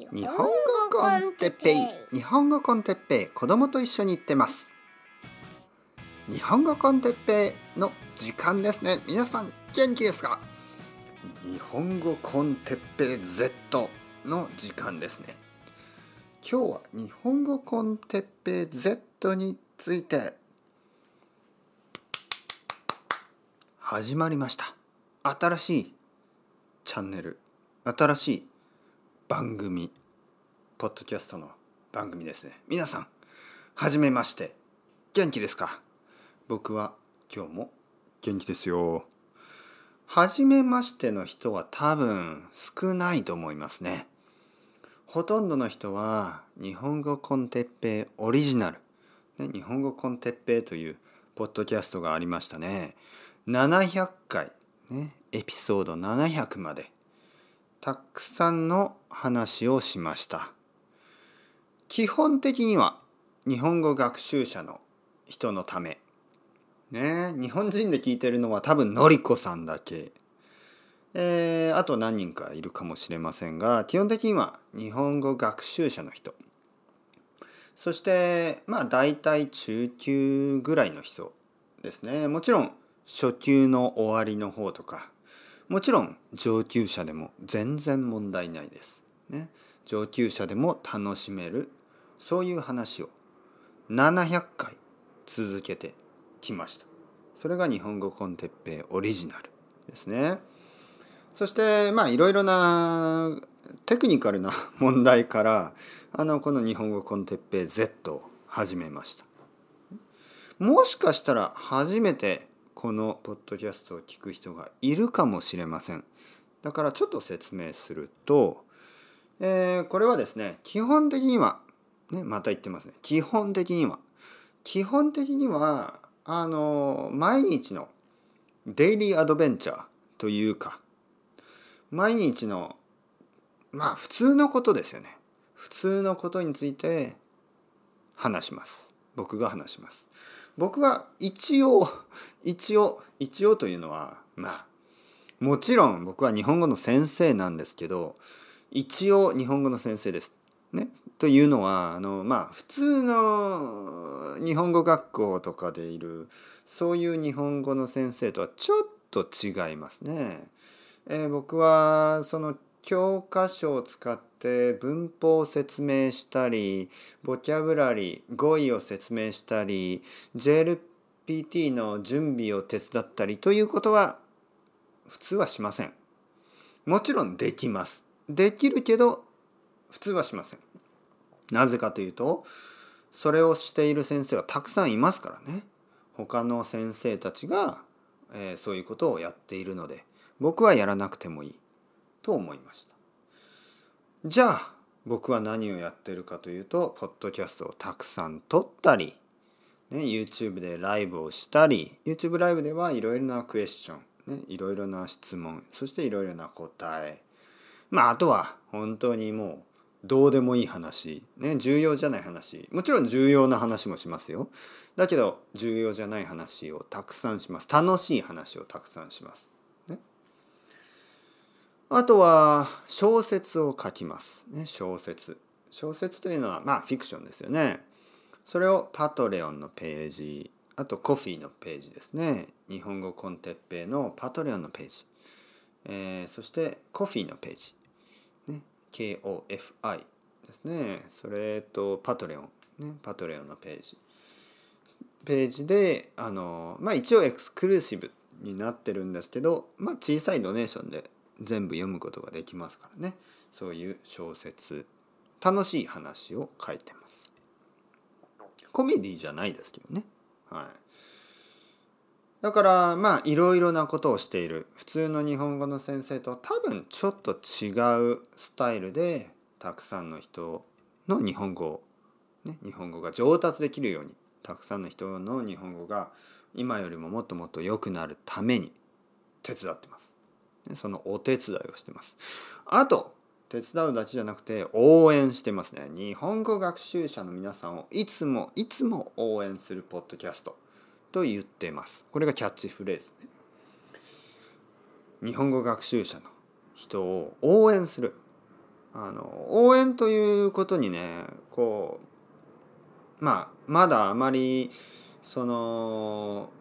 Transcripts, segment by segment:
日本語コンテッペイ、日本語コンテッペイ、子供と一緒に行ってます。日本語コンテッペイの時間ですね。皆さん元気ですか？日本語コンテッペイ Z の時間ですね。今日は日本語コンテッペイ Z について始まりました。新しいチャンネル、新しい番組、ポッドキャストの番組ですね。皆さんはじめまして、元気ですか？僕は今日も元気ですよ。はじめましての人は多分少ないと思いますね。ほとんどの人は日本語コンテッペイオリジナル、日本語コンテッペイというポッドキャストがありましたね。700回、エピソード700までたくさんの話をしました。基本的には日本語学習者の人のため、日本人で聞いてるのは多分のりこさんだけ、あと何人かいるかもしれませんが、基本的には日本語学習者の人、そして大体中級ぐらいの人ですね。もちろん初級の終わりの方とか、もちろん上級者でも全然問題ないですね。上級者でも楽しめる、そういう話を700回続けてきました。それが日本語コンテッペイオリジナルですね。そしていろいろなテクニカルな問題からこの日本語コンテッペイ Z を始めました。もしかしたら初めてこのポッドキャストを聞く人がいるかもしれません。だからちょっと説明すると、これはですね、基本的にはまた言ってますね。基本的には毎日のデイリーアドベンチャーというか、毎日の普通のことですよね。普通のことについて話します。僕が話します。僕は一応というのはもちろん僕は日本語の先生なんですけど、一応日本語の先生です。というのは普通の日本語学校とかでいるそういう日本語の先生とはちょっと違いますね。僕はその教科書を使って文法を説明したり、ボキャブラリー、語彙を説明したり、JLPT の準備を手伝ったりということは普通はしません。もちろんできます。できるけど普通はしません。なぜかというと、それをしている先生はたくさんいますからね。他の先生たちが、そういうことをやっているので、僕はやらなくてもいいと思いました。じゃあ僕は何をやってるかというと、ポッドキャストをたくさん撮ったり、YouTube でライブをしたり、 YouTube ライブではいろいろなクエスチョン、いろいろな質問、そしていろいろな答え、あとは本当にもうどうでもいい話、重要じゃない話、もちろん重要な話もしますよ。だけど重要じゃない話をたくさんします。楽しい話をたくさんします。あとは小説を書きます。小説というのはフィクションですよね。それをパトレオンのページ、あとコフィーのページですね。日本語コンテッペイのパトレオンのページ、そしてコフィーのページ、KOFI ですね。それとパトレオン、パトレオンのページで一応エクスクルーシブになってるんですけど、小さいドネーションで全部読むことができますからね。そういう小説、楽しい話を書いてます。コメディじゃないですけどね。だからいろいろなことをしている普通の日本語の先生と多分ちょっと違うスタイルで、たくさんの人の日本語が上達できるように、たくさんの人の日本語が今よりももっともっと良くなるために手伝ってます。そのお手伝いをしてます。あと手伝うだけじゃなくて応援してますね。日本語学習者の皆さんをいつも応援するポッドキャストと言っています。これがキャッチフレーズ。日本語学習者の人を応援する。 応援ということにねまだあまりその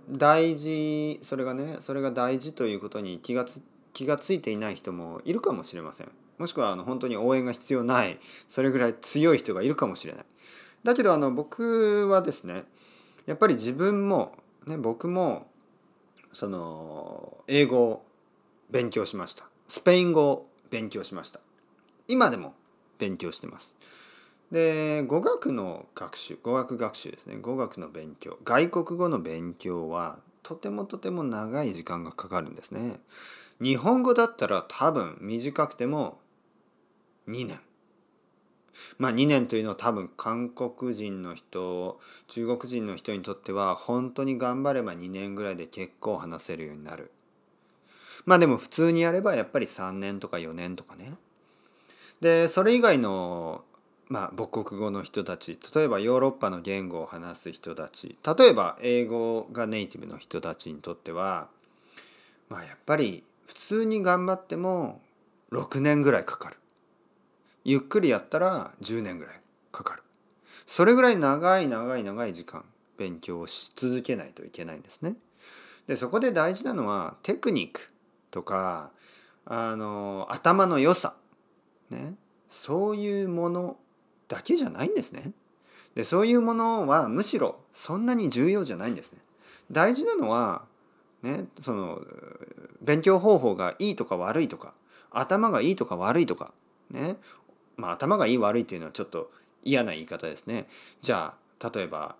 それが大事ということに気がついていない人もいるかもしれません。もしくは本当に応援が必要ない、それぐらい強い人がいるかもしれない。だけど僕はですね、やっぱり自分もね、僕もその英語を勉強しました。スペイン語を勉強しました。今でも勉強してます。で、語学学習ですね。語学の勉強、外国語の勉強はとても長い時間がかかるんですね。日本語だったら多分短くても2年。2年というのは多分韓国人の人、中国人の人にとっては本当に頑張れば2年ぐらいで結構話せるようになる。でも普通にやればやっぱり3年とか4年とかね。で、それ以外の母国語の人たち、例えばヨーロッパの言語を話す人たち、例えば英語がネイティブの人たちにとっては、やっぱり普通に頑張っても6年ぐらいかかる。ゆっくりやったら10年ぐらいかかる。それぐらい長い時間勉強をし続けないといけないんですね。で、そこで大事なのはテクニックとか頭の良さ、ね、そういうものだけじゃないんですね。で、そういうものはむしろそんなに重要じゃないんですね。大事なのはね、その勉強方法がいいとか悪いとか、頭がいいとか悪いとかね、頭がいい悪いっていうのはちょっと嫌な言い方ですね。じゃあ例えば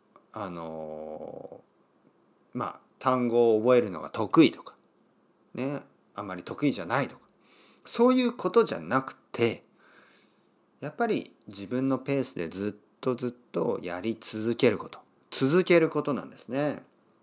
単語を覚えるのが得意とかね、あんまり得意じゃないとか、そういうことじゃなくて、やっぱり自分のペースでずっとやり続けることなんですね。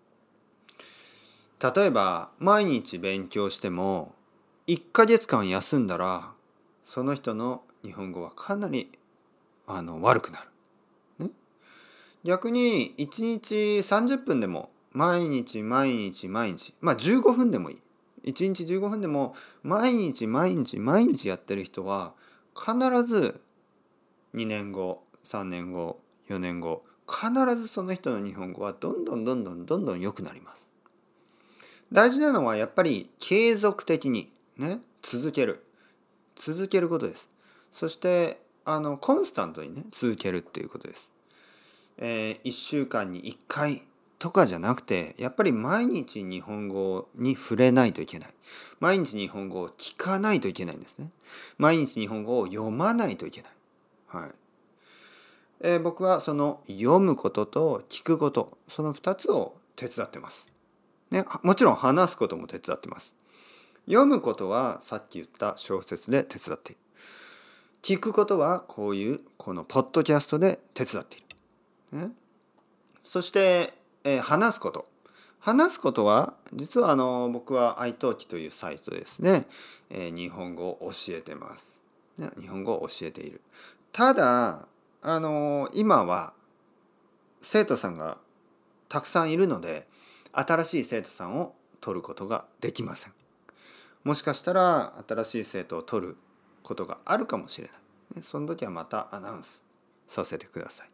例えば毎日勉強しても1ヶ月間休んだらその人の日本語はかなり悪くなる、ね、逆に1日30分でも毎日15分でもいい、1日15分でも毎日やってる人は必ず2年後3年後4年後必ずその人の日本語はどんどん良くなります。大事なのはやっぱり継続的にね続けることです。そしてコンスタントにね続けるっていうことです。1週間に1回とかじゃなくて、やっぱり毎日日本語に触れないといけない。毎日日本語を聞かないといけないんですね。毎日日本語を読まないといけない。はい。僕はその読むことと聞くこと、その2つを手伝ってます。ね、もちろん話すことも手伝ってます。読むことはさっき言った小説で手伝っている。聞くことはこのポッドキャストで手伝っている。ね、そして、話すこと。話すことは実は僕はiTalki というサイトでですね、日本語を教えてます。ね、日本語を教えている。ただ今は生徒さんがたくさんいるので新しい生徒さんを取ることができません。もしかしたら新しい生徒を取ることがあるかもしれない。その時はまたアナウンスさせてください。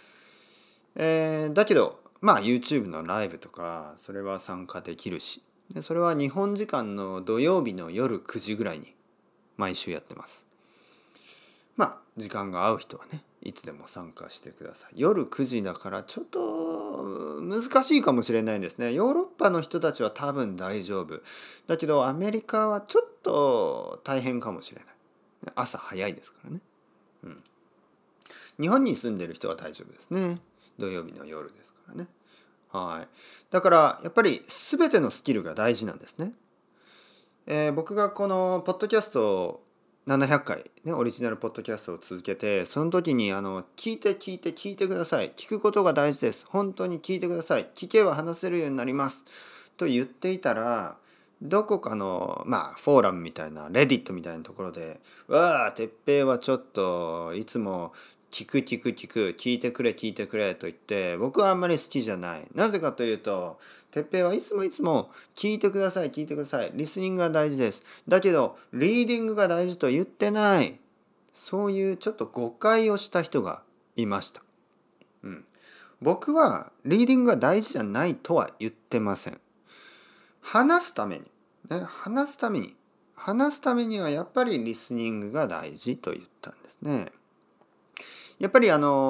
だけどYouTube のライブとかそれは参加できるし、それは日本時間の土曜日の夜9時ぐらいに毎週やってます。時間が合う人はねいつでも参加してください。夜9時だからちょっと難しいかもしれないですね。ヨーロッパの人たちは多分大丈夫だけどアメリカはちょっと大変かもしれない。朝早いですからね。日本に住んでる人は大丈夫ですね。土曜日の夜ですからね。はい。だからやっぱり全てのスキルが大事なんですね。僕がこのポッドキャストを700回ねオリジナルポッドキャストを続けて、その時に聞いてください。聞くことが大事です。本当に聞いてください。聞けば話せるようになりますと言っていたら、どこかのフォーラムみたいなレディットみたいなところで、哲平はちょっといつも聞いてくれと言って僕はあんまり好きじゃない。なぜかというと、哲平はいつも聞いてくださいリスニングが大事です。だけどリーディングが大事と言ってない。そういうちょっと誤解をした人がいました。僕はリーディングが大事じゃないとは言ってません。話すためにはやっぱりリスニングが大事と言ったんですね。やっぱり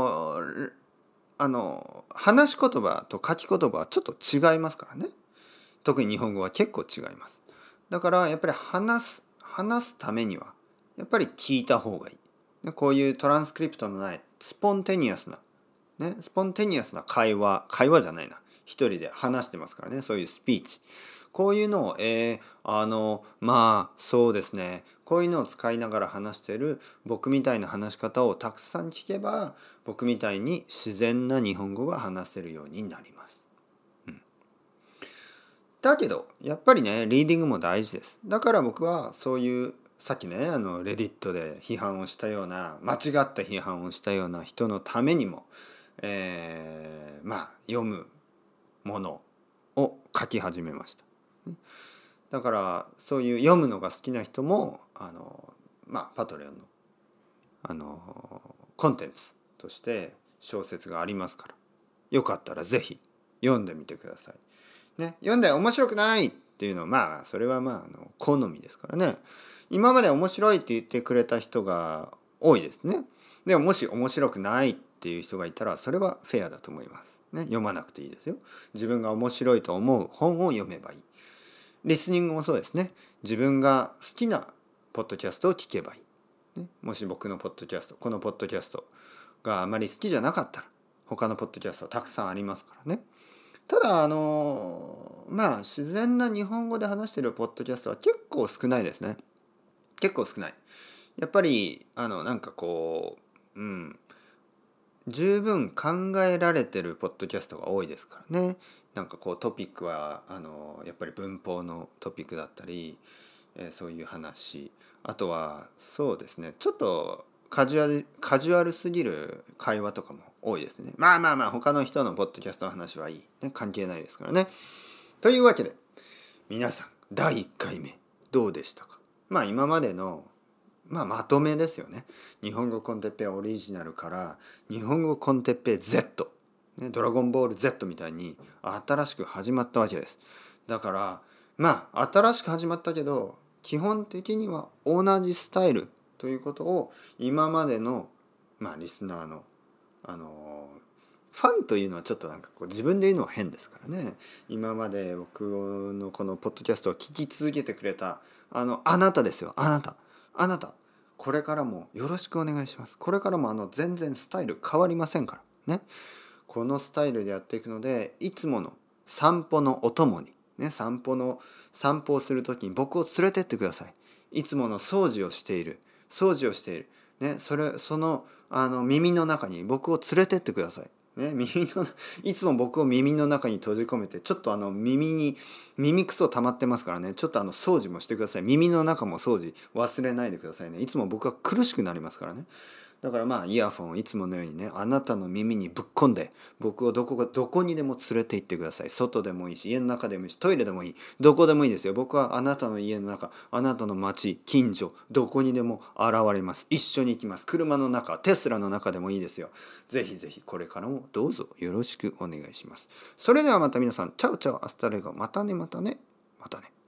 話し言葉と書き言葉はちょっと違いますからね。特に日本語は結構違います。だからやっぱり話すためにはやっぱり聞いた方がいい。こういうトランスクリプトのないスポンテニアスな会話じゃないな。一人で話してますからね。そういうスピーチ。こういうのを、そうですね。こういうのを使いながら話している僕みたいな話し方をたくさん聞けば、僕みたいに自然な日本語が話せるようになります。だけど、やっぱりね、リーディングも大事です。だから僕はそういう、さっきね、レディットで批判をしたような、間違った批判をしたような人のためにも、読むものを書き始めました。だからそういう読むのが好きな人もパトレオンのコンテンツとして小説がありますから、よかったらぜひ読んでみてください。ね、読んで面白くないっていうのはそれは好みですからね。今まで面白いって言ってくれた人が多いですね。でももし面白くないっていう人がいたらそれはフェアだと思います。ね、読まなくていいですよ。自分が面白いと思う本を読めばいい。リスニングもそうですね。自分が好きなポッドキャストを聞けばいい。ね、もし僕のこのポッドキャストがあまり好きじゃなかったら、他のポッドキャストたくさんありますからね。ただ自然な日本語で話しているポッドキャストは結構少ないですね。結構少ない。やっぱり十分考えられてるポッドキャストが多いですからね。トピックはやっぱり文法のトピックだったり、そういう話、あとはそうですね、ちょっとカジュアルすぎる会話とかも多いですね。他の人のポッドキャストの話はいい、ね、関係ないですからね。というわけで皆さん第1回目どうでしたか。今までのまとめですよね。日本語コンテッペイオリジナルから日本語コンテッペイ Z、ね、ドラゴンボール Z みたいに新しく始まったわけです。だから新しく始まったけど基本的には同じスタイルということを今までのリスナーのファンというのはちょっと自分で言うのは変ですからね。今まで僕のこのポッドキャストを聞き続けてくれたあなたですよ。あなたこれからもよろしくお願いします。これからも全然スタイル変わりませんからね。このスタイルでやっていくので、いつもの散歩のお供にね、散歩をするときに僕を連れてってください。いつもの掃除をしているね、その耳の中に僕を連れてってください。ね、いつも僕を耳の中に閉じ込めて、ちょっと耳くそ溜まってますからね、ちょっと掃除もしてください。耳の中も掃除忘れないでくださいね。いつも僕は苦しくなりますからね。だからイヤフォンをいつものようにね、あなたの耳にぶっ込んで僕をどこにでも連れて行ってください。外でもいいし、家の中でもいいし、トイレでもいい、どこでもいいですよ。僕はあなたの家の中、あなたの町、近所、どこにでも現れます。一緒に行きます。車の中、テスラの中でもいいですよ。ぜひぜひこれからもどうぞよろしくお願いします。それではまた皆さん、チャウチャウアスタレゴ、またね。